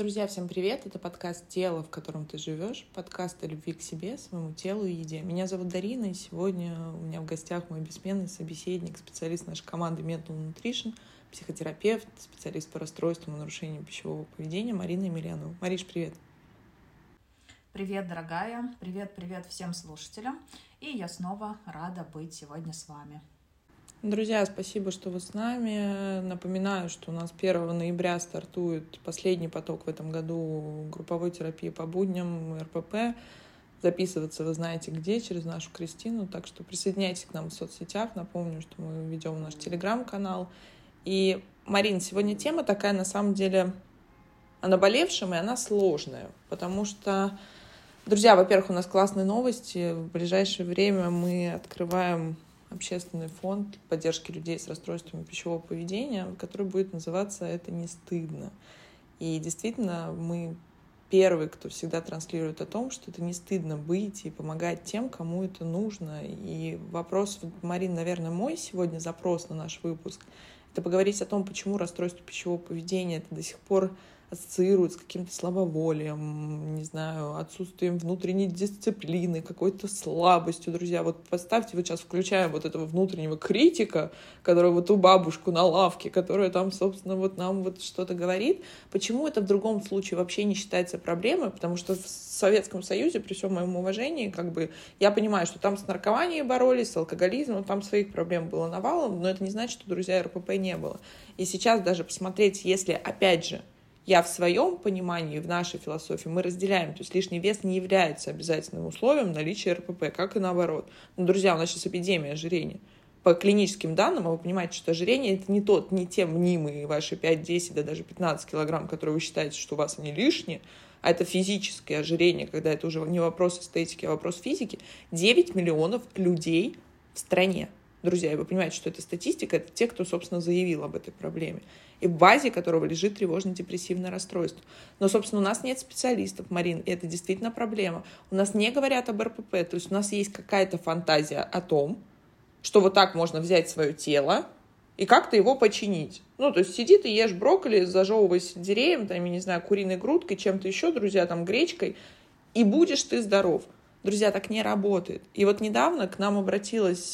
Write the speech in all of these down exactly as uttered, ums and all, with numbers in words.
Друзья, всем привет! Это подкаст «Тело, в котором ты живешь», подкаст о любви к себе, своему телу и еде. Меня зовут Дарина, и сегодня у меня в гостях мой бессменный собеседник, специалист нашей команды Mental Nutrition, психотерапевт, специалист по расстройствам и нарушениям пищевого поведения Марина Емельянова. Мариш, привет! Привет, дорогая! Привет-привет всем слушателям! И я снова рада быть сегодня с вами. Друзья, спасибо, что вы с нами. Напоминаю, что у нас первого ноября стартует последний поток в этом году групповой терапии по будням эр пэ пэ. Записываться вы знаете где, через нашу Кристину, так что присоединяйтесь к нам в соцсетях. Напомню, что мы ведем наш телеграм-канал. И, Марин, сегодня тема такая, на самом деле, о наболевшем, и она сложная, потому что, друзья, во-первых, у нас классные новости. В ближайшее время мы открываем общественный фонд поддержки людей с расстройствами пищевого поведения, который будет называться «Это не стыдно». И действительно, мы первые, кто всегда транслирует о том, что это не стыдно быть и помогать тем, кому это нужно. И вопрос, Марин, наверное, мой сегодня запрос на наш выпуск, это поговорить о том, почему расстройство пищевого поведения это до сих пор ассоциируют с каким-то слабоволием, не знаю, отсутствием внутренней дисциплины, какой-то слабостью, друзья. Вот поставьте, вот сейчас включаем вот этого внутреннего критика, который вот ту бабушку на лавке, которая там, собственно, вот нам вот что-то говорит. Почему это в другом случае вообще не считается проблемой? Потому что в Советском Союзе, при всем моем уважении, как бы, я понимаю, что там с наркоманией боролись, с алкоголизмом, там своих проблем было навалом, но это не значит, что, друзья, эр пэ пэ не было. И сейчас даже посмотреть, если, опять же, я в своем понимании, в нашей философии, мы разделяем. То есть лишний вес не является обязательным условием наличия эр пэ пэ, как и наоборот. Но, друзья, у нас сейчас эпидемия ожирения. По клиническим данным, а вы понимаете, что ожирение — это не тот, не те мнимые ваши пять-десять, да даже пятнадцать килограмм, которые вы считаете, что у вас они лишние, а это физическое ожирение, когда это уже не вопрос эстетики, а вопрос физики. девять миллионов людей в стране. Друзья, и вы понимаете, что это статистика, это те, кто, собственно, заявил об этой проблеме, и в базе которого лежит тревожно-депрессивное расстройство. Но, собственно, у нас нет специалистов, Марин, и это действительно проблема. У нас не говорят об эр пэ пэ, то есть у нас есть какая-то фантазия о том, что вот так можно взять свое тело и как-то его починить. Ну, то есть сиди ты, ешь брокколи, зажевывай сельдереем, там, я не знаю, куриной грудкой, чем-то еще, друзья, там, гречкой, и будешь ты здоров. Друзья, так не работает. И вот недавно к нам обратилась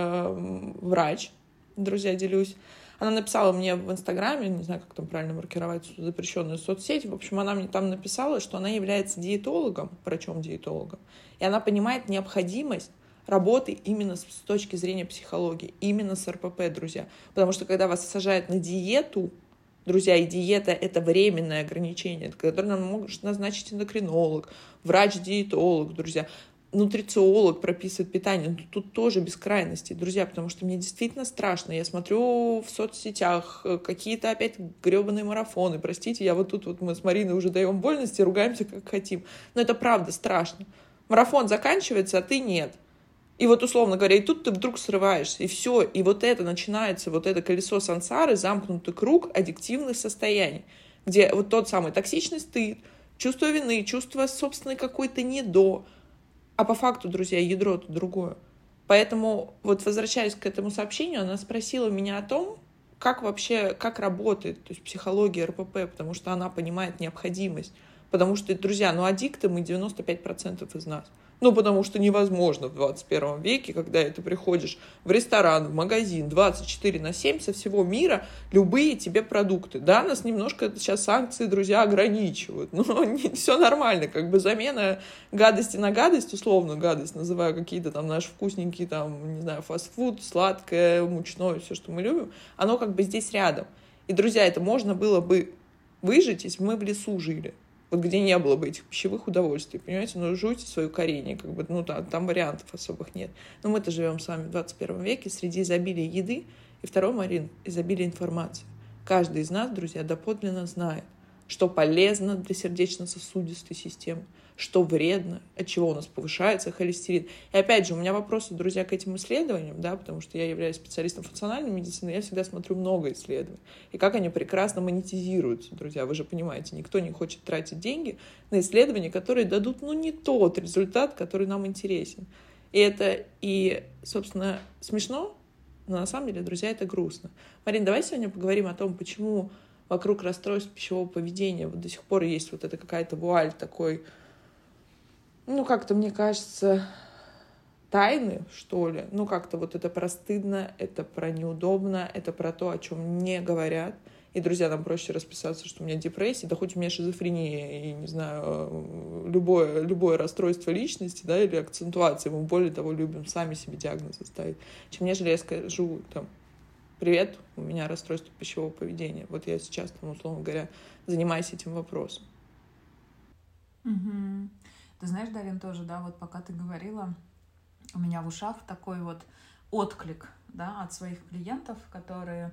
э, врач, друзья, делюсь. Она написала мне в Инстаграме, не знаю, как там правильно маркировать запрещенную соцсеть. В общем, она мне там написала, что она является диетологом, врачом-диетологом. И она понимает необходимость работы именно с, с точки зрения психологии, именно с эр пэ пэ, друзья. Потому что когда вас сажают на диету, друзья, и диета — это временное ограничение, которое нам может назначить эндокринолог, врач-диетолог, друзья. Нутрициолог прописывает питание. Но тут тоже без крайностей, друзья, потому что мне действительно страшно. Я смотрю в соцсетях какие-то опять гребаные марафоны. Простите, я вот тут вот мы с Мариной уже даем вольности, ругаемся как хотим. Но это правда страшно. Марафон заканчивается, а ты нет. И вот, условно говоря, и тут ты вдруг срываешься, и все, и вот это начинается, вот это колесо сансары, замкнутый круг аддиктивных состояний, где вот тот самый токсичный стыд, чувство вины, чувство собственной какой-то недо, а по факту, друзья, ядро-то другое. Поэтому, вот возвращаясь к этому сообщению, она спросила меня о том, как вообще, как работает, то есть психология эр пэ пэ, потому что она понимает необходимость. Потому что, друзья, ну аддикты мы девяносто пять процентов из нас. Ну, потому что невозможно в двадцать первом веке, когда ты приходишь в ресторан, в магазин двадцать четыре на семь со всего мира, любые тебе продукты. Да, нас немножко сейчас санкции, друзья, ограничивают, но не, все нормально, как бы замена гадости на гадость, условно гадость, называю какие-то там наши вкусненькие, там, не знаю, фастфуд, сладкое, мучное, все, что мы любим, оно как бы здесь рядом. И, друзья, это можно было бы выжить, если бы мы в лесу жили. Вот где не было бы этих пищевых удовольствий, понимаете? Ну, жуйте свое коренье, как бы, ну, там, там вариантов особых нет. Но мы-то живем с вами в двадцать первом веке среди изобилия еды, и второй, Марин, изобилия информации. Каждый из нас, друзья, доподлинно знает, что полезно для сердечно-сосудистой системы, что вредно, от чего у нас повышается холестерин. И опять же, у меня вопросы, друзья, к этим исследованиям, да, потому что я являюсь специалистом функциональной медицины, я всегда смотрю много исследований. И как они прекрасно монетизируются, друзья. Вы же понимаете, никто не хочет тратить деньги на исследования, которые дадут, ну, не тот результат, который нам интересен. И это и, собственно, смешно, но на самом деле, друзья, это грустно. Марин, давай сегодня поговорим о том, почему вокруг расстройств пищевого поведения. Вот до сих пор есть вот эта какая-то вуаль такой, ну, как-то, мне кажется, тайны, что ли. Ну, как-то вот это про стыдно, это про неудобно, это про то, о чем не говорят. И, друзья, нам проще расписаться, что у меня депрессия, да хоть у меня шизофрения, и, не знаю, любое, любое расстройство личности, да, или акцентуация. Мы, более того, любим сами себе диагнозы ставить, чем нежели я скажу, там, привет, у меня расстройство пищевого поведения. Вот я сейчас, там, условно говоря, занимаюсь этим вопросом. Угу. Ты знаешь, Дарин, тоже, да, вот пока ты говорила, у меня в ушах такой вот отклик, да, от своих клиентов, которые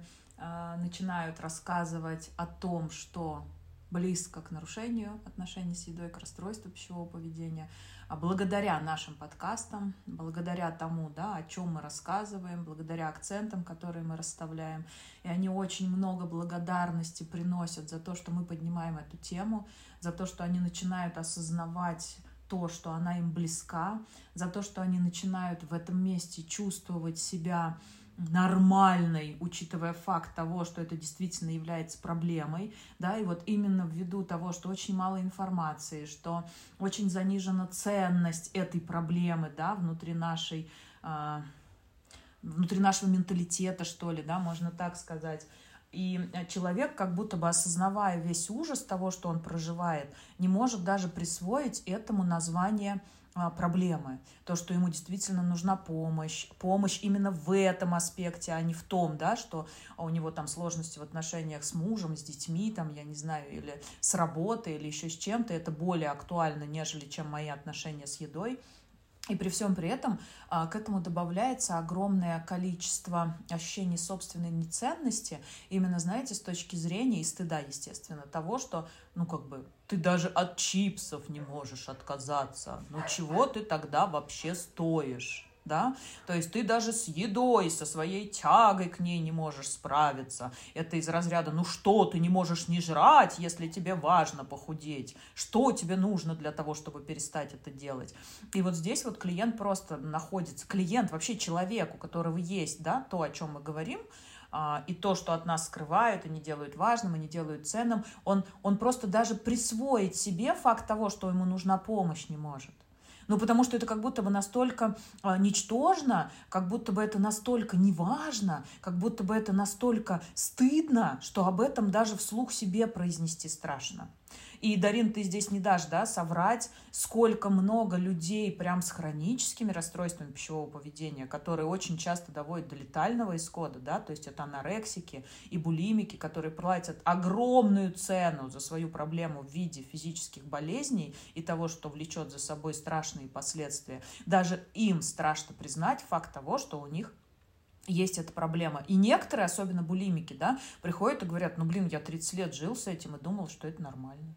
начинают рассказывать о том, что близко к нарушению отношений с едой, к расстройству пищевого поведения, а благодаря нашим подкастам, благодаря тому, да, о чем мы рассказываем, благодаря акцентам, которые мы расставляем. И они очень много благодарности приносят за то, что мы поднимаем эту тему, за то, что они начинают осознавать то, что она им близка, за то, что они начинают в этом месте чувствовать себя нормальной, учитывая факт того, что это действительно является проблемой, да, и вот именно ввиду того, что очень мало информации, что очень занижена ценность этой проблемы, да, внутри нашей, э, внутри нашего менталитета, что ли, да, можно так сказать. И человек, как будто бы осознавая весь ужас того, что он проживает, не может даже присвоить этому название проблемы, то, что ему действительно нужна помощь, помощь именно в этом аспекте, а не в том, да, что у него там сложности в отношениях с мужем, с детьми, там, я не знаю, или с работой, или еще с чем-то, это более актуально, нежели чем мои отношения с едой. И при всем при этом к этому добавляется огромное количество ощущений собственной неценности, именно, знаете, с точки зрения и стыда, естественно, того, что, ну, как бы, ты даже от чипсов не можешь отказаться. Ну, чего ты тогда вообще стоишь? Да? То есть ты даже с едой, со своей тягой к ней не можешь справиться. Это из разряда, ну что, ты не можешь не жрать, если тебе важно похудеть? Что тебе нужно для того, чтобы перестать это делать? И вот здесь вот клиент просто находится, клиент, вообще человек, у которого есть, да, то, о чем мы говорим, и то, что от нас скрывают, и не делают важным, и не делают ценным, он, он просто даже присвоить себе факт того, что ему нужна помощь, не может. Ну, потому что это как будто бы настолько а, ничтожно, как будто бы это настолько неважно, как будто бы это настолько стыдно, что об этом даже вслух себе произнести страшно. И, Дарин, ты здесь не дашь, да, соврать, сколько много людей прям с хроническими расстройствами пищевого поведения, которые очень часто доводят до летального исхода, да, то есть это анорексики и булимики, которые платят огромную цену за свою проблему в виде физических болезней и того, что влечет за собой страшные последствия. Даже им страшно признать факт того, что у них есть эта проблема. И некоторые, особенно булимики, да, приходят и говорят, ну, блин, я тридцать лет жил с этим и думал, что это нормально.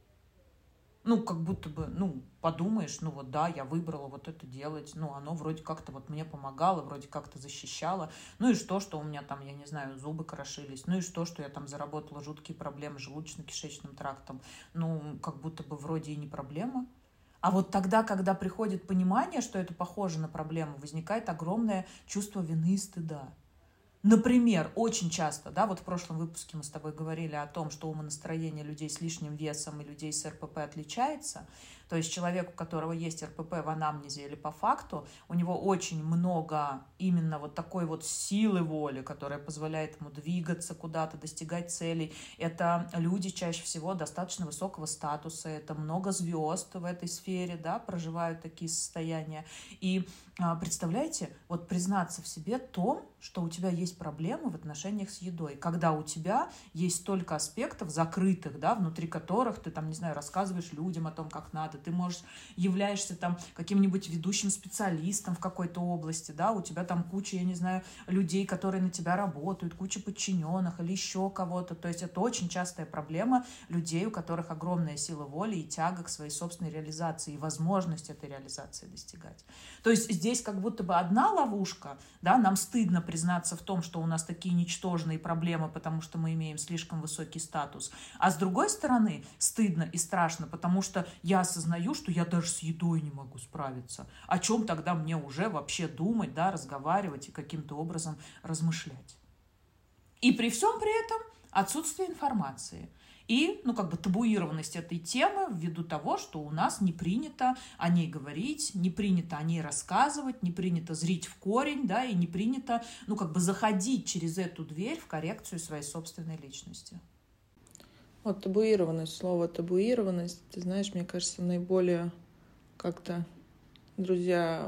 Ну, как будто бы, ну, подумаешь, ну вот да, я выбрала вот это делать, ну, оно вроде как-то вот мне помогало, вроде как-то защищало. Ну и что, что у меня там, я не знаю, зубы крошились, ну и что, что я там заработала жуткие проблемы с желудочно-кишечным трактом. Ну, как будто бы вроде и не проблема. А вот тогда, когда приходит понимание, что это похоже на проблему, возникает огромное чувство вины и стыда. Например, очень часто, да, вот в прошлом выпуске мы с тобой говорили о том, что умонастроение людей с лишним весом и людей с эр пэ пэ отличается. То есть человек, у которого есть эр пэ пэ в анамнезе или по факту, у него очень много именно вот такой вот силы воли, которая позволяет ему двигаться куда-то, достигать целей. Это люди чаще всего достаточно высокого статуса, это много звезд в этой сфере, да, проживают такие состояния. И представляете, вот признаться в себе том, что у тебя есть проблемы в отношениях с едой, когда у тебя есть столько аспектов закрытых, да, внутри которых ты там, не знаю, рассказываешь людям о том, как надо, ты можешь, являешься там каким-нибудь ведущим специалистом в какой-то области, да, у тебя там куча, я не знаю, людей, которые на тебя работают, куча подчиненных или еще кого-то, то есть это очень частая проблема людей, у которых огромная сила воли и тяга к своей собственной реализации и возможность этой реализации достигать. То есть здесь как будто бы одна ловушка, да, нам стыдно признаться в том, что у нас такие ничтожные проблемы, потому что мы имеем слишком высокий статус. А с другой стороны, стыдно и страшно, потому что я осознаю, что я даже с едой не могу справиться. О чем тогда мне уже вообще думать, да, разговаривать и каким-то образом размышлять. И при всем при этом Отсутствие информации. И, ну, как бы табуированность этой темы ввиду того, что у нас не принято о ней говорить, не принято о ней рассказывать, не принято зрить в корень, да, и не принято, ну, как бы заходить через эту дверь в коррекцию своей собственной личности. Вот табуированность, слово табуированность, ты знаешь, мне кажется, наиболее как-то, друзья,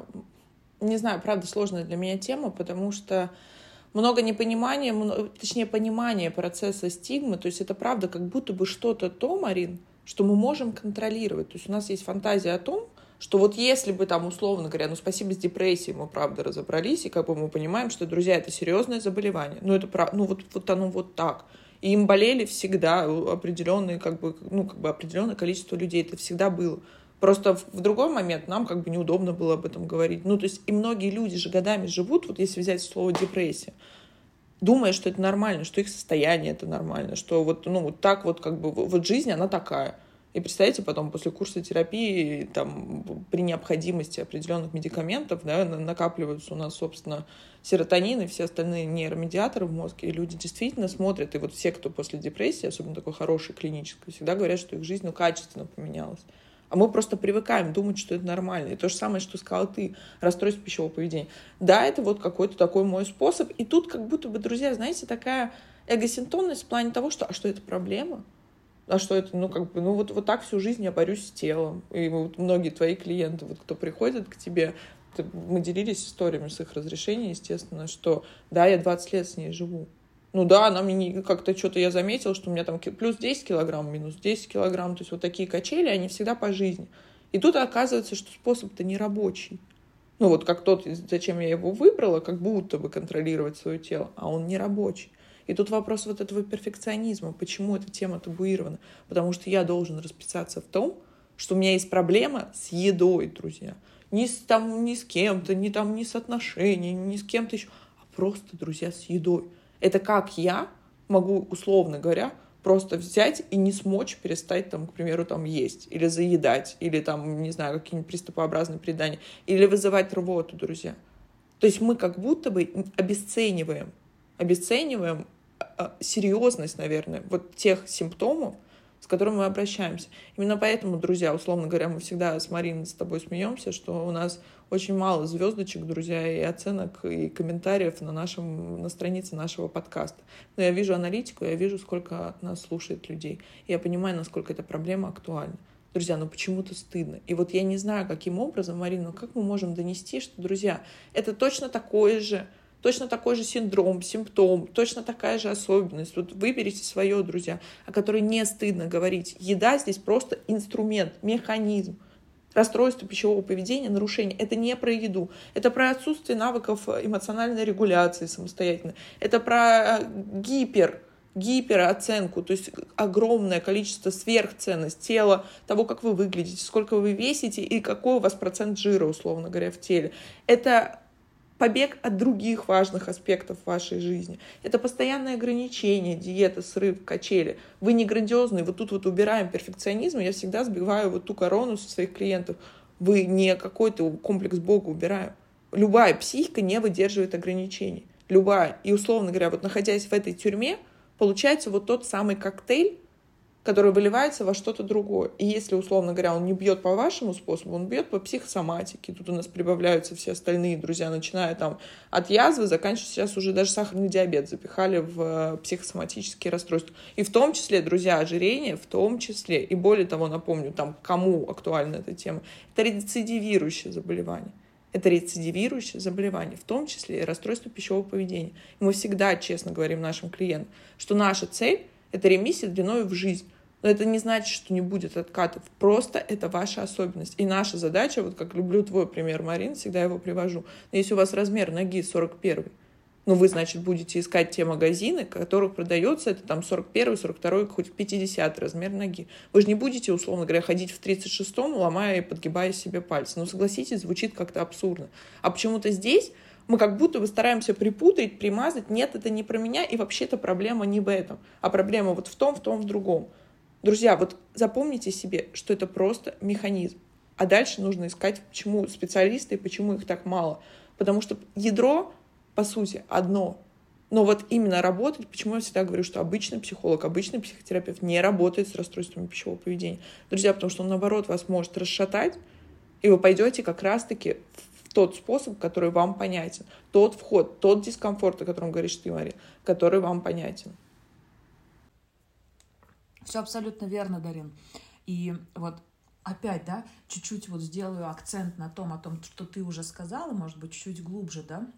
не знаю, правда, сложная для меня тема, потому что много непонимания, точнее, понимания процесса стигмы, то есть это правда как будто бы что-то то, Марин, что мы можем контролировать. То есть у нас есть фантазия о том, что вот если бы там, условно говоря, ну спасибо с депрессией мы правда разобрались, и как бы мы понимаем, что, друзья, это серьезное заболевание. Ну это правда, ну вот, вот оно вот так. И им болели всегда определенные, как бы, ну, как бы определенное количество людей. Это всегда было. Просто в другой момент нам как бы неудобно было об этом говорить. Ну, то есть и многие люди же годами живут, вот если взять слово депрессия, думая, что это нормально, что их состояние это нормально, что вот, ну, вот так вот как бы вот жизнь, она такая. И представьте, потом после курса терапии там, при необходимости определенных медикаментов, да, накапливаются у нас, собственно, серотонин и все остальные нейромедиаторы в мозге, и люди действительно смотрят, и вот все, кто после депрессии, особенно такой хорошей клинической, всегда говорят, что их жизнь, ну, качественно поменялась. А мы просто привыкаем думать, что это нормально. И то же самое, что сказала ты, расстройство пищевого поведения. Да, это вот какой-то такой мой способ. И тут как будто бы, друзья, знаете, такая эгосинтонность в плане того, что а что это проблема? А что это, ну, как бы, ну, вот, вот так всю жизнь я борюсь с телом. И вот многие твои клиенты, вот кто приходит к тебе, ты, мы делились историями с их разрешения, естественно, что да, я двадцать лет с ней живу. Ну да, она мне не, как-то что-то я заметила, что у меня там плюс десять килограмм, минус десять килограмм. То есть вот такие качели, они всегда по жизни. И тут оказывается, что способ-то не рабочий. Ну вот как тот, зачем я его выбрала, как будто бы контролировать свое тело, а он не рабочий. И тут вопрос вот этого перфекционизма. Почему эта тема табуирована? Потому что я должен расписаться в том, что у меня есть проблема с едой, друзья. Не с, там, не с кем-то, не, там, не с отношениями, не с кем-то еще, а просто, друзья, с едой. Это как я могу, условно говоря, просто взять и не смочь перестать, там, к примеру, там, есть, или заедать, или, там, не знаю, какие-нибудь приступообразные переедания, или вызывать рвоту, друзья. То есть мы как будто бы обесцениваем, обесцениваем серьезность, наверное, вот тех симптомов, с которыми мы обращаемся. Именно поэтому, друзья, условно говоря, мы всегда с Мариной с тобой смеемся, что у нас очень мало звездочек, друзья, и оценок, и комментариев на, нашем, на странице нашего подкаста. Но я вижу аналитику, я вижу, сколько нас слушает людей. И я понимаю, насколько эта проблема актуальна. Друзья, ну почему-то стыдно. И вот я не знаю, каким образом, Марина, но как мы можем донести, что, друзья, это точно такое же, точно такой же синдром, симптом, точно такая же особенность. Вот выберите свое, друзья, о которой не стыдно говорить. Еда здесь просто инструмент, механизм. Расстройство пищевого поведения, нарушение — это не про еду. Это про отсутствие навыков эмоциональной регуляции самостоятельно. Это про гипер, гипероценку, то есть огромное количество сверхценность тела, того, как вы выглядите, сколько вы весите и какой у вас процент жира, условно говоря, в теле. Это побег от других важных аспектов вашей жизни. Это постоянное ограничение, диета, срыв, качели. Вы не грандиозные, вот тут вот убираем перфекционизм, я всегда сбиваю вот ту корону со своих клиентов. Вы не какой-то комплекс Бога убираем. Любая психика не выдерживает ограничений. Любая. И, условно говоря, вот находясь в этой тюрьме, получается вот тот самый коктейль, который выливается во что-то другое. И если, условно говоря, он не бьет по вашему способу, он бьет по психосоматике. Тут у нас прибавляются все остальные, друзья, начиная там от язвы, заканчивая сейчас уже даже сахарный диабет запихали в психосоматические расстройства. И в том числе, друзья, ожирение, в том числе, и более того, напомню, там, кому актуальна эта тема, это рецидивирующее заболевание. Это рецидивирующее заболевание, в том числе и расстройство пищевого поведения. И мы всегда честно говорим нашим клиентам, что наша цель — это ремиссия длиной в жизнь. Но это не значит, что не будет откатов. Просто это ваша особенность. И наша задача, вот как люблю твой пример, Марин, всегда его привожу. Но если у вас размер ноги сорок первый, ну вы, значит, будете искать те магазины, в которых продается это там сорок первый, сорок второй, хоть пятидесятый размер ноги. Вы же не будете, условно говоря, ходить в тридцать шестом, ломая и подгибая себе пальцы. Ну, согласитесь, звучит как-то абсурдно. А почему-то здесь мы как будто бы стараемся припутать, примазать. Нет, это не про меня, и вообще-то проблема не в этом, а проблема вот в том, в том, в другом. Друзья, вот запомните себе, что это просто механизм. А дальше нужно искать, почему специалисты и почему их так мало. Потому что ядро, по сути, одно. Но вот именно работать, почему я всегда говорю, что обычный психолог, обычный психотерапевт не работает с расстройствами пищевого поведения. Друзья, потому что он, наоборот, вас может расшатать, и вы пойдете как раз-таки в тот способ, который вам понятен. Тот вход, тот дискомфорт, о котором говоришь ты, Мария, который вам понятен. Все абсолютно верно, Дарин. И вот опять, да, чуть-чуть вот сделаю акцент на том, о том, что ты уже сказала, может быть, чуть глубже, да,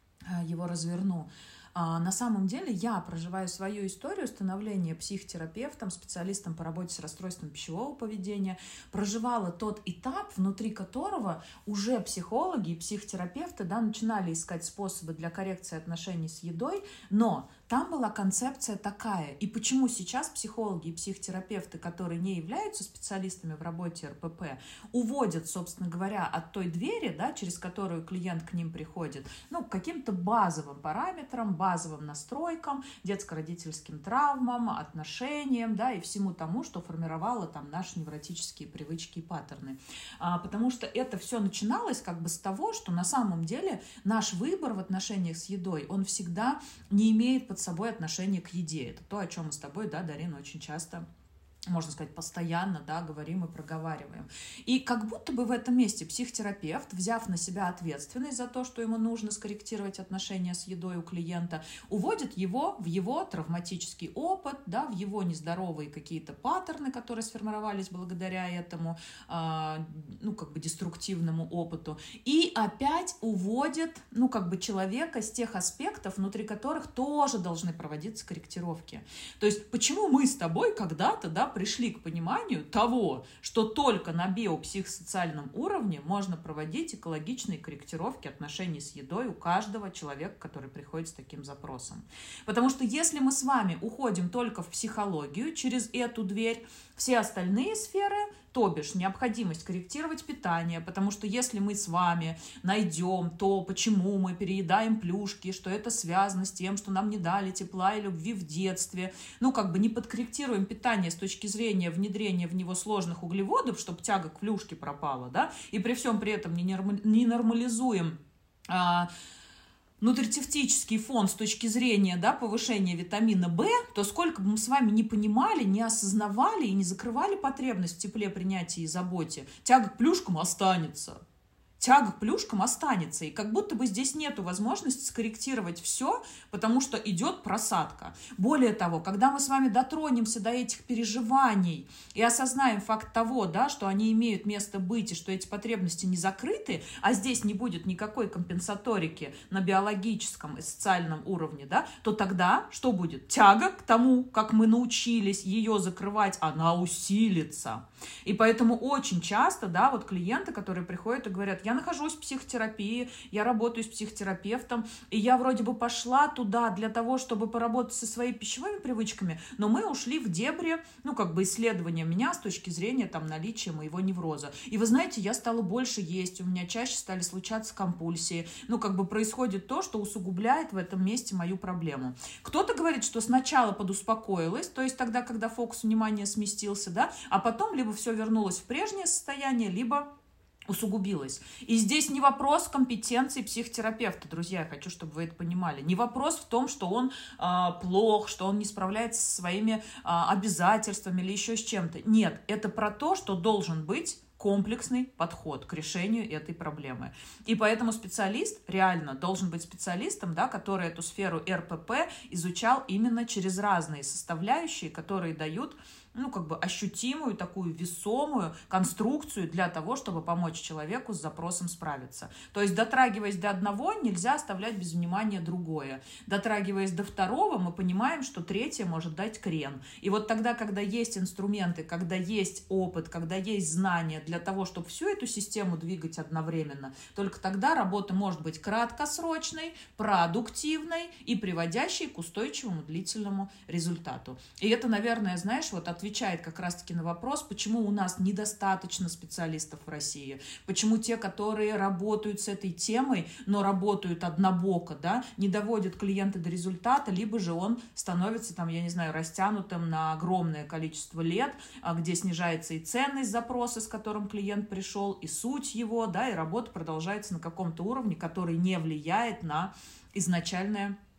его разверну. На самом деле я проживаю свою историю становления психотерапевтом, специалистом по работе с расстройством пищевого поведения, проживала тот этап, внутри которого уже психологи и психотерапевты, да, начинали искать способы для коррекции отношений с едой, но там была концепция такая. И почему сейчас психологи и психотерапевты, которые не являются специалистами в работе эр пэ пэ, уводят, собственно говоря, от той двери, да, через которую клиент к ним приходит, ну, к каким-то базовым параметрам, базовым настройкам, детско-родительским травмам, отношениям, да, и всему тому, что формировало там наши невротические привычки и паттерны. А, потому что это все начиналось как бы с того, что на самом деле наш выбор в отношениях с едой, он всегда не имеет под собой отношение к еде. Это то, о чем мы с тобой, да, Дарина, очень часто, можно сказать, постоянно, да, говорим и проговариваем. И как будто бы в этом месте психотерапевт, взяв на себя ответственность за то, что ему нужно скорректировать отношения с едой у клиента, уводит его в его травматический опыт, да, в его нездоровые какие-то паттерны, которые сформировались благодаря этому, э, ну, как бы деструктивному опыту, и опять уводит, ну, как бы человека с тех аспектов, внутри которых тоже должны проводиться корректировки. То есть, почему мы с тобой когда-то, да, пришли к пониманию того, что только на биопсихосоциальном уровне можно проводить экологичные корректировки отношений с едой у каждого человека, который приходит с таким запросом. Потому что если мы с вами уходим только в психологию через эту дверь, все остальные сферы, то бишь необходимость корректировать питание, потому что если мы с вами найдем то, почему мы переедаем плюшки, что это связано с тем, что нам не дали тепла и любви в детстве, ну как бы не подкорректируем питание с точки зрения внедрения в него сложных углеводов, чтобы тяга к плюшке пропала, да, и при всем при этом не нормализуем а, нутритивтический фон с точки зрения, да, повышения витамина В, то сколько бы мы с вами не понимали, не осознавали и не закрывали потребность в тепле, принятии и заботе, тяга к плюшкам останется. Тяга к плюшкам останется. И как будто бы здесь нету возможности скорректировать все, потому что идет просадка. Более того, когда мы с вами дотронемся до этих переживаний и осознаем факт того, да, что они имеют место быть, и что эти потребности не закрыты, а здесь не будет никакой компенсаторики на биологическом и социальном уровне, да, то тогда что будет? Тяга к тому, как мы научились ее закрывать, она усилится. И поэтому очень часто, да, вот клиенты, которые приходят и говорят: я нахожусь в психотерапии, я работаю с психотерапевтом, и я вроде бы пошла туда для того, чтобы поработать со своими пищевыми привычками, но мы ушли в дебри, ну, как бы исследования меня с точки зрения там наличия моего невроза. И вы знаете, я стала больше есть, у меня чаще стали случаться компульсии, ну, как бы происходит то, что усугубляет в этом месте мою проблему. Кто-то говорит, что сначала подуспокоилась, то есть тогда, когда фокус внимания сместился, да, а потом либо все вернулось в прежнее состояние, либо усугубилось. И здесь не вопрос компетенции психотерапевта, друзья, я хочу, чтобы вы это понимали. Не вопрос в том, что он э, плох, что он не справляется со своими э, обязательствами или еще с чем-то. Нет, это про то, что должен быть комплексный подход к решению этой проблемы. И поэтому специалист реально должен быть специалистом, да, который эту сферу эр пэ пэ изучал именно через разные составляющие, которые дают, ну, как бы ощутимую, такую весомую конструкцию для того, чтобы помочь человеку с запросом справиться. То есть, дотрагиваясь до одного, нельзя оставлять без внимания другое. Дотрагиваясь до второго, мы понимаем, что третье может дать крен. И вот тогда, когда есть инструменты, когда есть опыт, когда есть знания для того, чтобы всю эту систему двигать одновременно, только тогда работа может быть краткосрочной, продуктивной и приводящей к устойчивому длительному результату. И это, наверное, знаешь, вот от отвечает как раз-таки на вопрос, почему у нас недостаточно специалистов в России, почему те, которые работают с этой темой, но работают однобоко, да, не доводят клиента до результата, либо же он становится, там, я не знаю, растянутым на огромное количество лет, где снижается и ценность запроса, с которым клиент пришел, и суть его, да, и работа продолжается на каком-то уровне, который не влияет на изначальное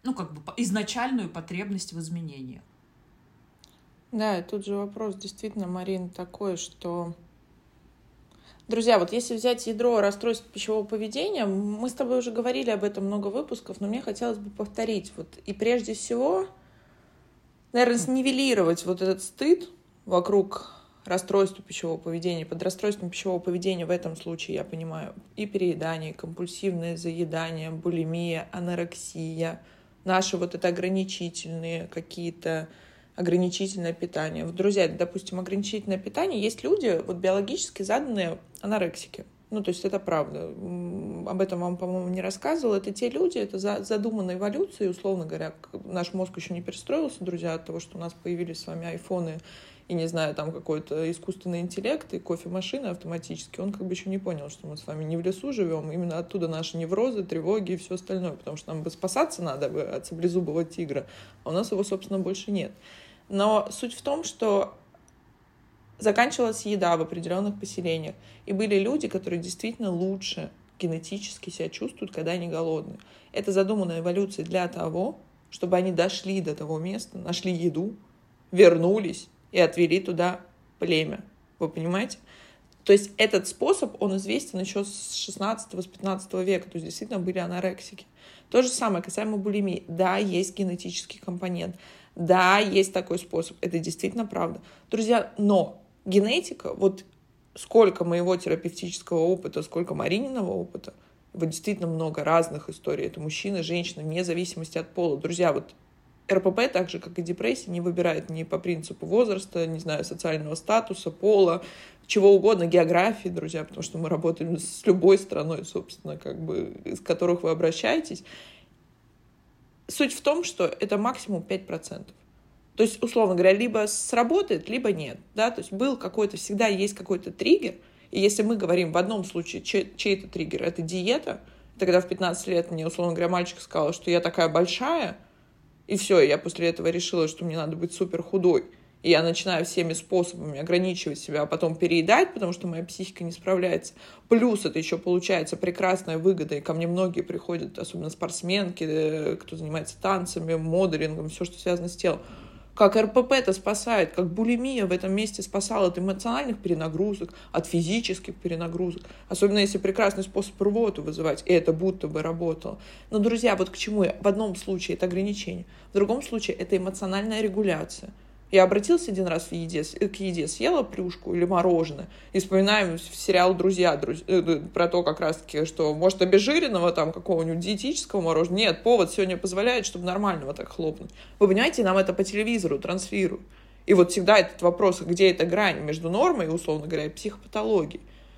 ну, как бы изначальную потребность в изменениях. Да, и тут же вопрос действительно, Марин, такой, что... Друзья, вот если взять ядро расстройств пищевого поведения, мы с тобой уже говорили об этом много выпусков, но мне хотелось бы повторить. Вот, и прежде всего, наверное, снивелировать вот этот стыд вокруг расстройства пищевого поведения. Под расстройством пищевого поведения в этом случае я понимаю и переедание, и компульсивное заедание, булимия, анорексия, наши вот это ограничительные какие-то ограничительное питание. Вот, друзья, допустим, ограничительное питание, есть люди, вот биологически заданные анорексики. Ну, то есть это правда. Об этом вам, по-моему, не рассказывала. Это те люди, это задумано эволюцией, условно говоря. Наш мозг еще не перестроился, друзья, от того, что у нас появились с вами айфоны и, не знаю, там какой-то искусственный интеллект и кофемашины автоматически. Он как бы еще не понял, что мы с вами не в лесу живем. Именно оттуда наши неврозы, тревоги и все остальное. Потому что нам бы спасаться надо бы от саблезубого тигра, а у нас его, собственно, больше нет. Но суть в том, что заканчивалась еда в определенных поселениях. И были люди, которые действительно лучше генетически себя чувствуют, когда они голодные. Это задумано эволюцией для того, чтобы они дошли до того места, нашли еду, вернулись и отвели туда племя. Вы понимаете? То есть этот способ, он известен еще с шестнадцатого, с пятнадцатого века. То есть действительно были анорексики. То же самое касаемо булимии. Да, есть генетический компонент. Да, есть такой способ. Это действительно правда. Друзья, но генетика, вот сколько моего терапевтического опыта, сколько Марининого опыта, вот действительно много разных историй. Это мужчина, женщина, вне зависимости от пола. Друзья, вот эр пэ пэ, так же, как и депрессия, не выбирает ни по принципу возраста, не знаю, социального статуса, пола, чего угодно, географии, друзья, потому что мы работаем с любой страной, собственно, как бы, из которых вы обращаетесь. Суть в том, что это максимум пять процентов. То есть, условно говоря, либо сработает, либо нет. Да? То есть был какой-то, всегда есть какой-то триггер. И если мы говорим в одном случае, чей, чей-то триггер, это диета, это когда в пятнадцать лет мне, условно говоря, мальчик сказал, что я такая большая, и все, и я после этого решила, что мне надо быть супер худой. И я начинаю всеми способами ограничивать себя, а потом переедать, потому что моя психика не справляется. Плюс это еще получается прекрасная выгода, и ко мне многие приходят, особенно спортсменки, кто занимается танцами, моделингом, все, что связано с телом. Как эр пэ пэ это спасает, как булимия в этом месте спасала от эмоциональных перенагрузок, от физических перенагрузок. Особенно если прекрасный способ рвоту вызывать, и это будто бы работало. Но, друзья, вот к чему я? В одном случае это ограничение, в другом случае это эмоциональная регуляция. Я обратился один раз в еде, к еде, съела плюшку или мороженое, и вспоминаем сериал «Друзья» друз... про то, как раз-таки, что может обезжиренного там какого-нибудь диетического мороженого. Нет, повод сегодня позволяет, чтобы нормального так хлопнуть. Вы понимаете, нам это по телевизору транслируют. И вот всегда этот вопрос, где эта грань между нормой, условно говоря, и психопатологией.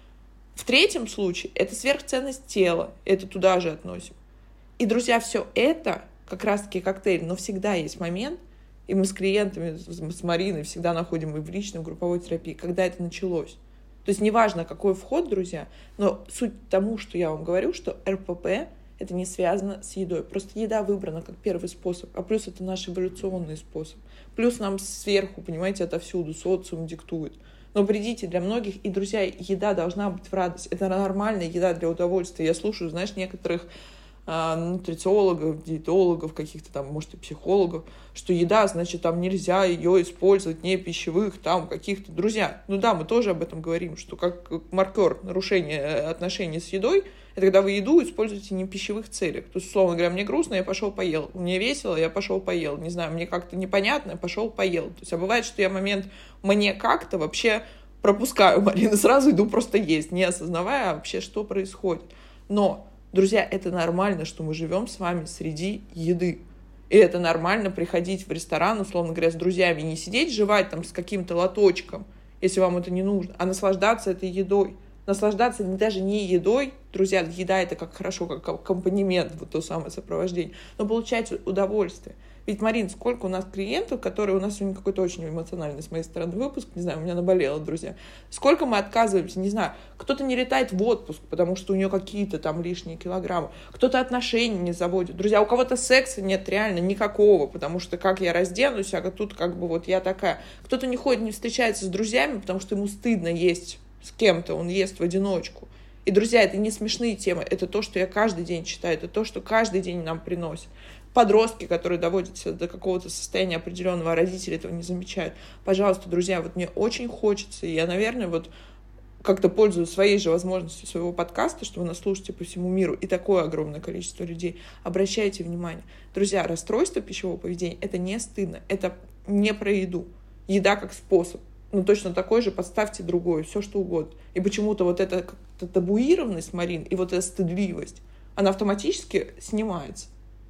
В третьем случае это сверхценность тела, это туда же относим. И, друзья, все это как раз-таки коктейль, но всегда есть момент, и мы с клиентами, с Мариной всегда находим и в личной, и в групповой терапии, когда это началось. То есть неважно, какой вход, друзья, но суть тому, что я вам говорю, что эр пэ пэ это не связано с едой. Просто еда выбрана как первый способ, а плюс это наш эволюционный способ. Плюс нам сверху, понимаете, отовсюду социум диктует. Но придите, для многих, и, друзья, еда должна быть в радость. Это нормальная еда для удовольствия. Я слушаю, знаешь, некоторых нутрициологов, диетологов, каких-то там, может, и психологов, что еда, значит, там нельзя ее использовать не пищевых, там, каких-то. Друзья, ну да, мы тоже об этом говорим, что как маркер нарушения отношений с едой, это когда вы еду используете не в пищевых целях. То есть, условно говоря, мне грустно, я пошел поел. Мне весело, я пошел поел. Не знаю, мне как-то непонятно, я пошел поел. То есть, а бывает, что я момент «мне как-то» вообще пропускаю, Марина, сразу иду просто есть, не осознавая вообще, что происходит. Но друзья, это нормально, что мы живем с вами среди еды. И это нормально приходить в ресторан, условно говоря, с друзьями, не сидеть, жевать там с каким-то лоточком, если вам это не нужно, а наслаждаться этой едой. Наслаждаться даже не едой, друзья, еда это как хорошо, как аккомпанемент, вот то самое сопровождение, но получать удовольствие. Ведь, Марин, сколько у нас клиентов, которые у нас сегодня какой-то очень эмоциональный с моей стороны выпуск, не знаю, у меня наболело, друзья. Сколько мы отказываемся, не знаю, кто-то не летает в отпуск, потому что у нее какие-то там лишние килограммы, кто-то отношения не заводит. Друзья, у кого-то секса нет реально никакого, потому что как я разденусь, а тут как бы вот я такая. Кто-то не ходит, не встречается с друзьями, потому что ему стыдно есть с кем-то, он ест в одиночку. И, друзья, это не смешные темы, это то, что я каждый день читаю, это то, что каждый день нам приносит. подростки, которые доводят себя до какого-то состояния определенного, а родители этого не замечают. Пожалуйста, друзья, вот мне очень хочется, и я, наверное, вот как-то пользуюсь своей же возможностью своего подкаста, что вы нас слушаете по всему миру, и такое огромное количество людей. Обращайте внимание. Друзья, расстройство пищевого поведения — это не стыдно, это не про еду. Еда как способ. Ну, точно такой же подставьте другое, все что угодно. И почему-то вот эта как-то табуированность, Марин, и вот эта стыдливость, она автоматически снимается.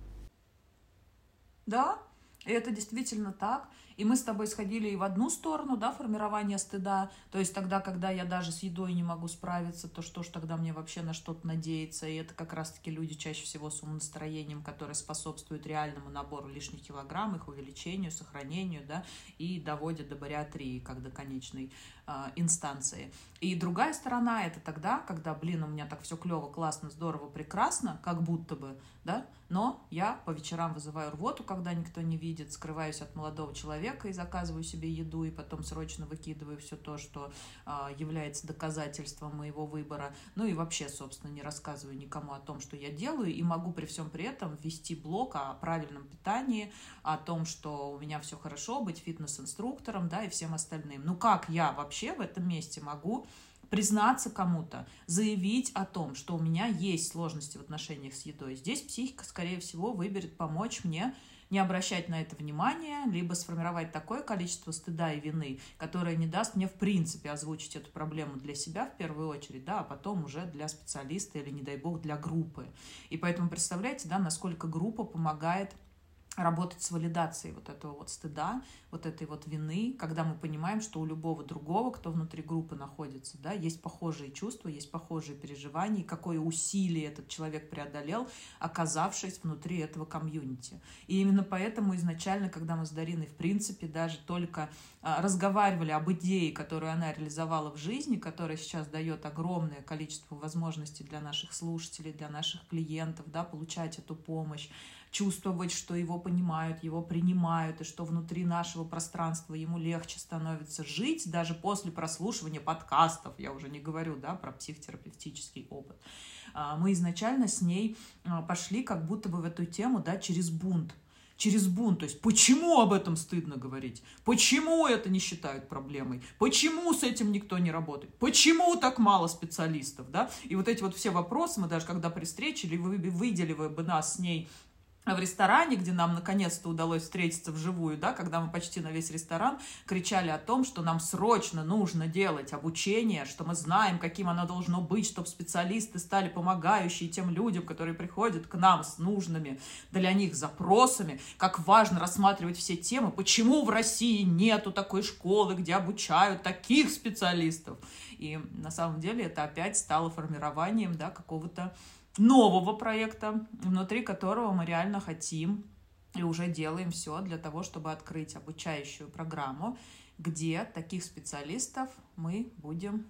Да, и это действительно так. И мы с тобой сходили и в одну сторону, да, формирование стыда. То есть тогда, когда я даже с едой не могу справиться, то что ж тогда мне вообще на что-то надеяться? И это как раз-таки люди чаще всего с умонастроением, которые способствуют реальному набору лишних килограмм, их увеличению, сохранению, да, и доводят до бариатрии, как до конечной э, инстанции. И другая сторона — это тогда, когда, блин, у меня так все клево, классно, здорово, прекрасно, как будто бы, да, но я по вечерам вызываю рвоту, когда никто не видит, скрываюсь от молодого человека и заказываю себе еду, и потом срочно выкидываю все то, что э, является доказательством моего выбора. Ну и вообще, собственно, не рассказываю никому о том, что я делаю, и могу при всем при этом вести блог о правильном питании, о том, что у меня все хорошо, быть фитнес-инструктором, да, и всем остальным. Ну как я вообще в этом месте могу признаться кому-то, заявить о том, что у меня есть сложности в отношениях с едой? Здесь психика, скорее всего, выберет помочь мне не обращать на это внимания, либо сформировать такое количество стыда и вины, которое не даст мне, в принципе, озвучить эту проблему для себя в первую очередь, да, а потом уже для специалиста или, не дай бог, для группы. И поэтому представляете, да, насколько группа помогает работать с валидацией вот этого вот стыда, вот этой вот вины, когда мы понимаем, что у любого другого, кто внутри группы находится, да, есть похожие чувства, есть похожие переживания, и какое усилие этот человек преодолел, оказавшись внутри этого комьюнити. И именно поэтому изначально, когда мы с Дариной, в принципе, даже только а, разговаривали об идее, которую она реализовала в жизни, которая сейчас дает огромное количество возможностей для наших слушателей, для наших клиентов, да, получать эту помощь, чувствовать, что его понимают, его принимают, и что внутри нашего пространства ему легче становится жить, даже после прослушивания подкастов, я уже не говорю, да, про психотерапевтический опыт. Мы изначально с ней пошли как будто бы в эту тему, да, через бунт. Через бунт, то есть почему об этом стыдно говорить, почему это не считают проблемой, почему с этим никто не работает, почему так мало специалистов, да, и вот эти вот все вопросы мы даже когда при встрече, или вы видели вы бы нас с ней в ресторане, где нам наконец-то удалось встретиться вживую, да, когда мы почти на весь ресторан кричали о том, что нам срочно нужно делать обучение, что мы знаем, каким оно должно быть, чтобы специалисты стали помогающие тем людям, которые приходят к нам с нужными для них запросами, как важно рассматривать все темы, почему в России нету такой школы, где обучают таких специалистов. И на самом деле это опять стало формированием, да, какого-то нового проекта, внутри которого мы реально хотим и уже делаем все для того, чтобы открыть обучающую программу, где таких специалистов мы будем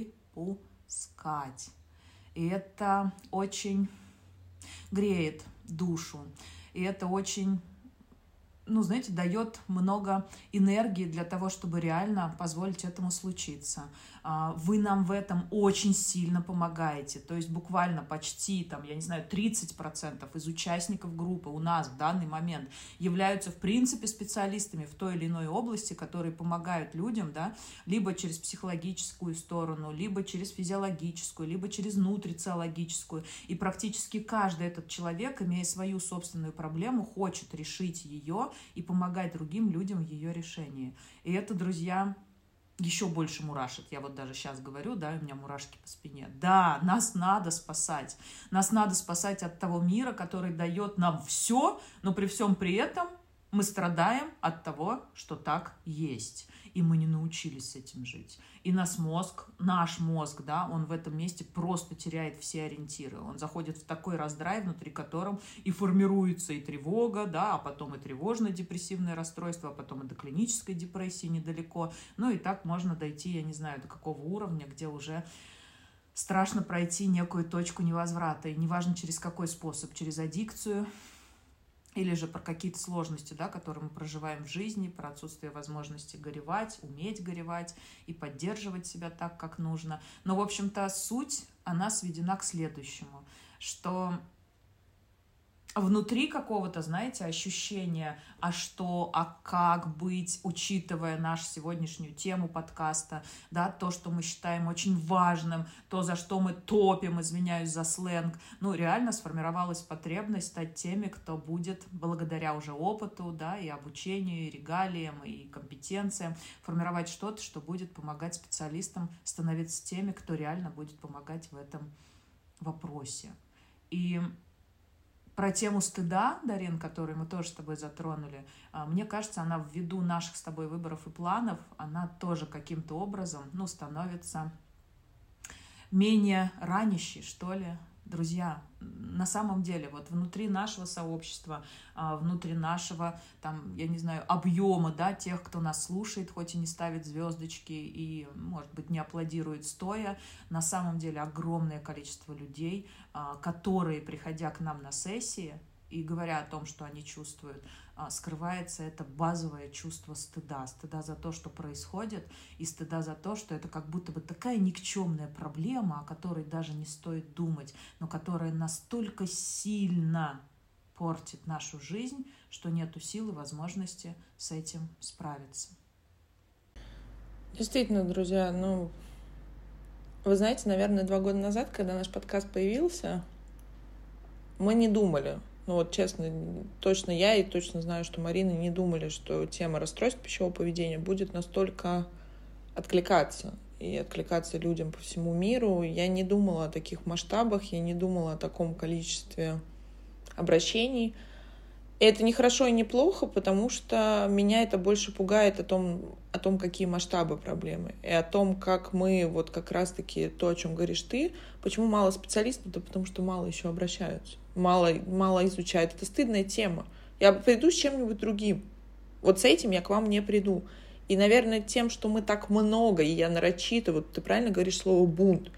выпускать. И это очень греет душу, и это очень, ну, знаете, дает много энергии для того, чтобы реально позволить этому случиться. Вы нам в этом очень сильно помогаете. То есть буквально почти, там, я не знаю, тридцать процентов из участников группы у нас в данный момент являются, в принципе, специалистами в той или иной области, которые помогают людям, да, либо через психологическую сторону, либо через физиологическую, либо через нутрициологическую. И практически каждый этот человек, имея свою собственную проблему, хочет решить ее и помогать другим людям в ее решении. И это, друзья, еще больше мурашит. Я вот даже сейчас говорю, да, у меня мурашки по спине. Да, нас надо спасать. Нас надо спасать от того мира, который дает нам все, но при всем при этом мы страдаем от того, что так есть. И мы не научились с этим жить. И наш мозг, наш мозг, да, он в этом месте просто теряет все ориентиры. Он заходит в такой раздрай, внутри котором и формируется и тревога, да, а потом и тревожно-депрессивное расстройство, а потом и до клинической депрессии недалеко. Ну и так можно дойти, я не знаю, до какого уровня, где уже страшно пройти некую точку невозврата. И неважно через какой способ, через аддикцию, или же про какие-то сложности, да, которые мы проживаем в жизни, про отсутствие возможности горевать, уметь горевать и поддерживать себя так, как нужно. Но, в общем-то, суть, она сведена к следующему, что внутри какого-то, знаете, ощущения, а что, а как быть, учитывая нашу сегодняшнюю тему подкаста, да, то, что мы считаем очень важным, то, за что мы топим, извиняюсь за сленг, ну, реально сформировалась потребность стать теми, кто будет, благодаря уже опыту, да, и обучению, и регалиям, и компетенциям, формировать что-то, что будет помогать специалистам становиться теми, кто реально будет помогать в этом вопросе. И про тему стыда, Дарин, которую мы тоже с тобой затронули, мне кажется, она ввиду наших с тобой выборов и планов, она тоже каким-то образом, ну, становится менее ранящей, что ли. Друзья, на самом деле, вот внутри нашего сообщества, внутри нашего, там, я не знаю, объема, да, тех, кто нас слушает, хоть и не ставит звездочки и, может быть, не аплодирует стоя, на самом деле огромное количество людей, которые, приходя к нам на сессии и говоря о том, что они чувствуют, скрывается это базовое чувство стыда. Стыда за то, что происходит, и стыда за то, что это как будто бы такая никчемная проблема, о которой даже не стоит думать, но которая настолько сильно портит нашу жизнь, что нету сил и возможности с этим справиться. Действительно, друзья, ну, вы знаете, наверное, два года назад, когда наш подкаст появился, мы не думали, ну вот честно, точно я и точно знаю, что Марина не думали, что тема расстройств пищевого поведения будет настолько откликаться и откликаться людям по всему миру. Я не думала о таких масштабах, я не думала о таком количестве обращений. И это не хорошо и не плохо, потому что меня это больше пугает о том, о том, какие масштабы проблемы, и о том, как мы, вот как раз-таки то, о чем говоришь ты, почему мало специалистов, да потому что мало еще обращаются, мало, мало изучают. Это стыдная тема. Я приду с чем-нибудь другим. Вот с этим я к вам не приду. И, наверное, тем, что мы так много, и я нарочито, вот ты правильно говоришь слово «бунт»,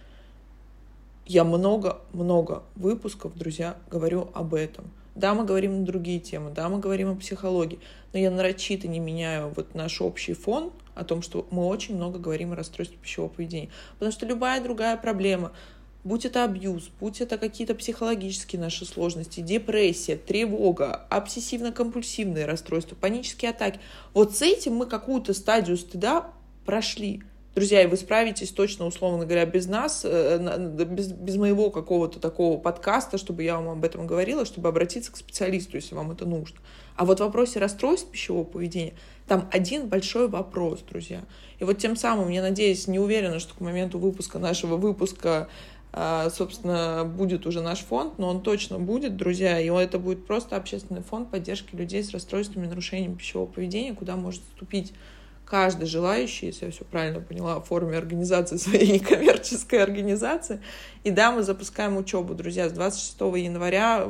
я много-много выпусков, друзья, говорю об этом. Да, мы говорим на другие темы, да, мы говорим о психологии, но я нарочито не меняю вот наш общий фон о том, что мы очень много говорим о расстройстве пищевого поведения. Потому что любая другая проблема, будь это абьюз, будь это какие-то психологические наши сложности, депрессия, тревога, обсессивно-компульсивные расстройства, панические атаки, вот с этим мы какую-то стадию стыда прошли. Друзья, и вы справитесь точно, условно говоря, без нас, без, без моего какого-то такого подкаста, чтобы я вам об этом говорила, чтобы обратиться к специалисту, если вам это нужно. А вот в вопросе расстройств пищевого поведения там один большой вопрос, друзья. И вот тем самым, я надеюсь, не уверена, что к моменту выпуска нашего выпуска, собственно, будет уже наш фонд, но он точно будет, друзья, и это будет просто общественный фонд поддержки людей с расстройствами и нарушениями пищевого поведения, куда может вступить каждый желающий, если я все правильно поняла, в форме организации своей некоммерческой организации. И да, мы запускаем учебу, друзья, с двадцать шестого января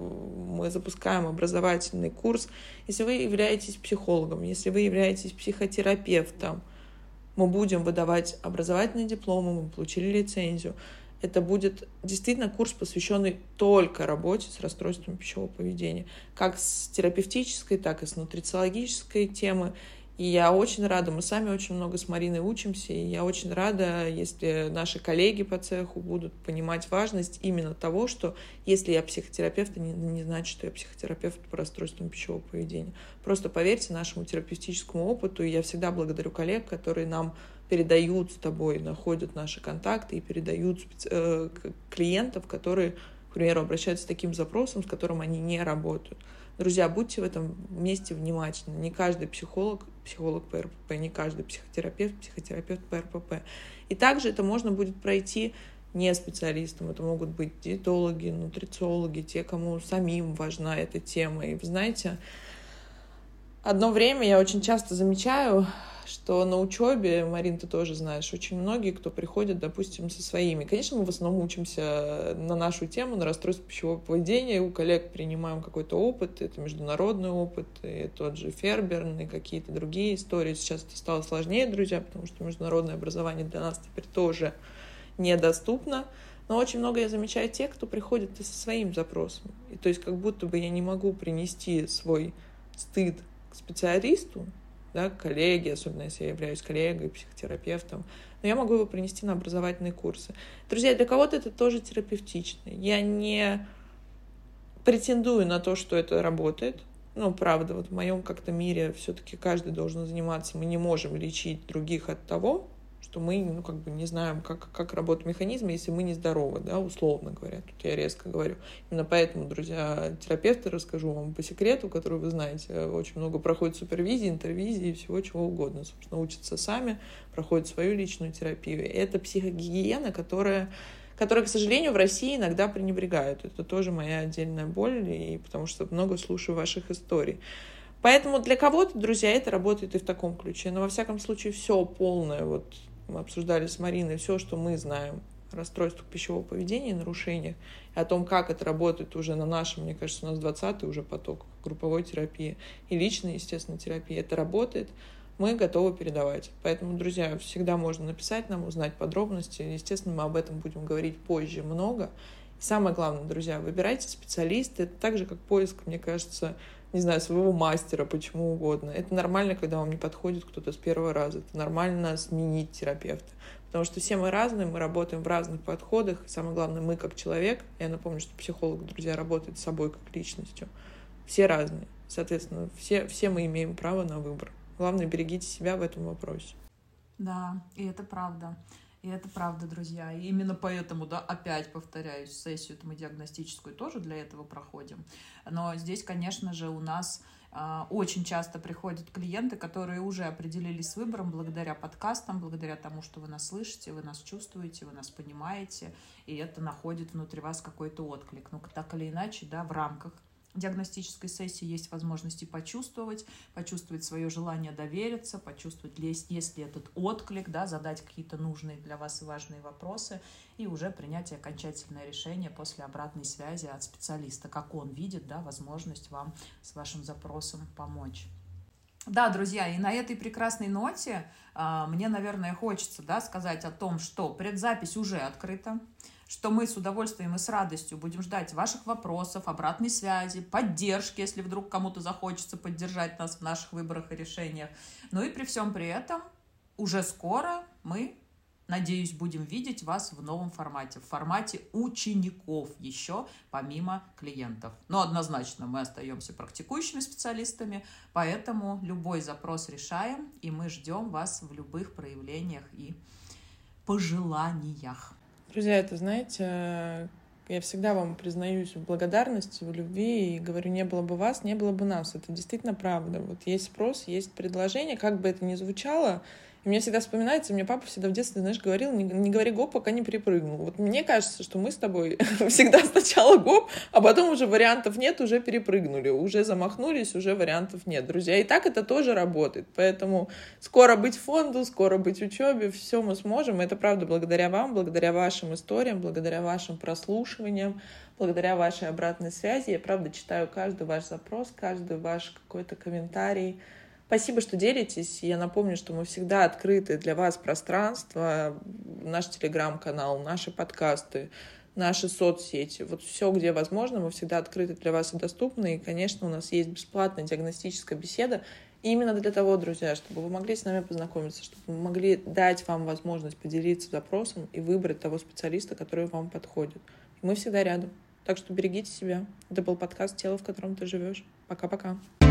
мы запускаем образовательный курс. Если вы являетесь психологом, если вы являетесь психотерапевтом, мы будем выдавать образовательные дипломы, мы получили лицензию. Это будет действительно курс, посвященный только работе с расстройством пищевого поведения, как с терапевтической, так и с нутрициологической темы. И я очень рада, мы сами очень много с Мариной учимся, и я очень рада, если наши коллеги по цеху будут понимать важность именно того, что если я психотерапевт, это не, не значит, что я психотерапевт по расстройствам пищевого поведения. Просто поверьте нашему терапевтическому опыту, и я всегда благодарю коллег, которые нам передают с тобой, находят наши контакты и передают э, клиентов, которые, к примеру, обращаются с таким запросом, с которым они не работают. Друзья, будьте в этом месте внимательны. Не каждый психолог, психолог по эр пэ пэ, не каждый психотерапевт, психотерапевт по эр пэ пэ. И также это можно будет пройти не специалистам. Это могут быть диетологи, нутрициологи, те, кому самим важна эта тема. И вы знаете, одно время я очень часто замечаю, что на учебе, Марин, ты тоже знаешь, очень многие, кто приходят, допустим, со своими. Конечно, мы в основном учимся на нашу тему, на расстройство пищевого поведения. У коллег принимаем какой-то опыт, это международный опыт, и тот же Ферберн, и какие-то другие истории. Сейчас это стало сложнее, друзья, потому что международное образование для нас теперь тоже недоступно. Но очень много я замечаю тех, кто приходит и со своим запросом. И то есть как будто бы я не могу принести свой стыд к специалисту, да, коллеги, особенно если я являюсь коллегой, психотерапевтом, но я могу его принести на образовательные курсы. Друзья, для кого-то это тоже терапевтично. Я не претендую на то, что это работает. Ну, правда, вот в моем как-то мире все-таки каждый должен заниматься. Мы не можем лечить других от того, что мы, ну, как бы не знаем, как, как работает механизм, если мы не здоровы, да, условно говоря. Тут я резко говорю. Именно поэтому, друзья, терапевты, расскажу вам по секрету, который вы знаете, очень много проходит супервизии, интервизии и всего чего угодно. Собственно, учатся сами, проходят свою личную терапию. И это психогигиена, которая которые, к сожалению, в России иногда пренебрегают. Это тоже моя отдельная боль, и потому что много слушаю ваших историй. Поэтому для кого-то, друзья, это работает и в таком ключе. Но, во всяком случае, все полное, вот мы обсуждали с Мариной, все, что мы знаем о расстройствах пищевого поведения и нарушениях, и о том, как это работает уже на нашем, мне кажется, у нас двадцатый уже поток групповой терапии и личной, естественно, терапии. Это работает. Мы готовы передавать. Поэтому, друзья, всегда можно написать нам, узнать подробности. Естественно, мы об этом будем говорить позже много. И самое главное, друзья, выбирайте специалиста. Это так же, как поиск, мне кажется, не знаю, своего мастера, почему угодно. Это нормально, когда вам не подходит кто-то с первого раза. Это нормально сменить терапевта. Потому что все мы разные, мы работаем в разных подходах. И самое главное, мы как человек, я напомню, что психолог, друзья, работает с собой как личностью. Все разные. Соответственно, все, все мы имеем право на выбор. Главное, берегите себя в этом вопросе. Да, и это правда. И это правда, друзья. И именно поэтому, да, опять повторяюсь, сессию-то мы диагностическую тоже для этого проходим. Но здесь, конечно же, у нас э, очень часто приходят клиенты, которые уже определились с выбором благодаря подкастам, благодаря тому, что вы нас слышите, вы нас чувствуете, вы нас понимаете, и это находит внутри вас какой-то отклик. Ну, так или иначе, да, в рамках диагностической сессии есть возможности почувствовать, почувствовать свое желание довериться, почувствовать, есть ли этот отклик, да, задать какие-то нужные для вас и важные вопросы, и уже принять окончательное решение после обратной связи от специалиста, как он видит, да, возможность вам с вашим запросом помочь. Да, друзья, и на этой прекрасной ноте э, мне, наверное, хочется, да, сказать о том, что предзапись уже открыта, что мы с удовольствием и с радостью будем ждать ваших вопросов, обратной связи, поддержки, если вдруг кому-то захочется поддержать нас в наших выборах и решениях. Ну и при всем при этом уже скоро мы, надеюсь, будем видеть вас в новом формате, в формате учеников еще помимо клиентов. Но однозначно мы остаемся практикующими специалистами, поэтому любой запрос решаем, и мы ждем вас в любых проявлениях и пожеланиях. Друзья, это, знаете, я всегда вам признаюсь в благодарности, в любви, и говорю, не было бы вас, не было бы нас. Это действительно правда. Вот есть спрос, есть предложение, как бы это ни звучало. И мне всегда вспоминается, мне папа всегда в детстве, знаешь, говорил, не, не говори гоп, пока не перепрыгнул. Вот мне кажется, что мы с тобой всегда сначала гоп, а потом уже вариантов нет, уже перепрыгнули, уже замахнулись, уже вариантов нет. Друзья, и так это тоже работает. Поэтому скоро быть фонду, скоро быть учебе, все мы сможем. Это правда благодаря вам, благодаря вашим историям, благодаря вашим прослушиваниям, благодаря вашей обратной связи. Я правда читаю каждый ваш запрос, каждый ваш какой-то комментарий. Спасибо, что делитесь. Я напомню, что мы всегда открыты для вас пространство, наш телеграм-канал, наши подкасты, наши соцсети. Вот все, где возможно, мы всегда открыты для вас и доступны. И, конечно, у нас есть бесплатная диагностическая беседа. И именно для того, друзья, чтобы вы могли с нами познакомиться, чтобы мы могли дать вам возможность поделиться запросом и выбрать того специалиста, который вам подходит. И мы всегда рядом. Так что берегите себя. Это был подкаст «Тело, в котором ты живешь». Пока-пока.